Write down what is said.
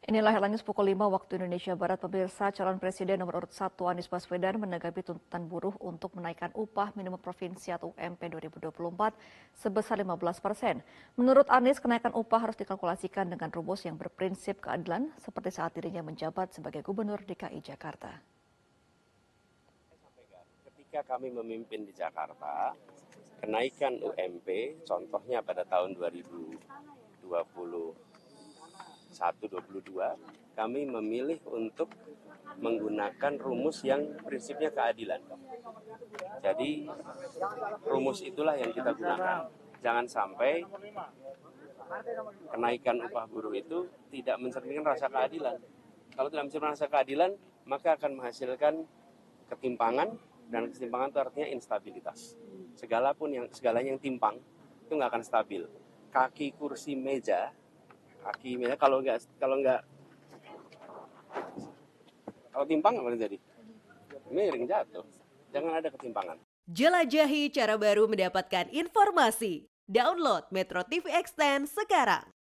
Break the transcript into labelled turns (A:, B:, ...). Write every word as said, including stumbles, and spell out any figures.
A: Inilah headline pukul lima waktu Indonesia Barat. Pemirsa, calon presiden nomor urut satu Anies Baswedan menanggapi tuntutan buruh untuk menaikkan upah minimum provinsi atau U M P dua ribu dua puluh empat sebesar lima belas persen. Menurut Anies, kenaikan upah harus dikalkulasikan dengan rumus yang berprinsip keadilan seperti saat dirinya menjabat sebagai Gubernur D K I Jakarta.
B: Ketika kami memimpin di Jakarta, kenaikan U M P contohnya pada tahun dua ribu dua puluh satu dua puluh dua kami memilih untuk menggunakan rumus yang prinsipnya keadilan. Jadi rumus itulah yang kita gunakan. Jangan sampai kenaikan upah buruh itu tidak mencerminkan rasa keadilan. Kalau tidak mencerminkan rasa keadilan, maka akan menghasilkan ketimpangan, dan ketimpangan itu artinya instabilitas. Segala pun yang segalanya yang timpang itu nggak akan stabil. Kaki kursi meja, kaki meja kalau nggak kalau nggak kalau timpang apa jadi? Miring, jatuh. Jangan ada ketimpangan.
C: Jelajahi cara baru mendapatkan informasi. Download Metro T V Extend sekarang.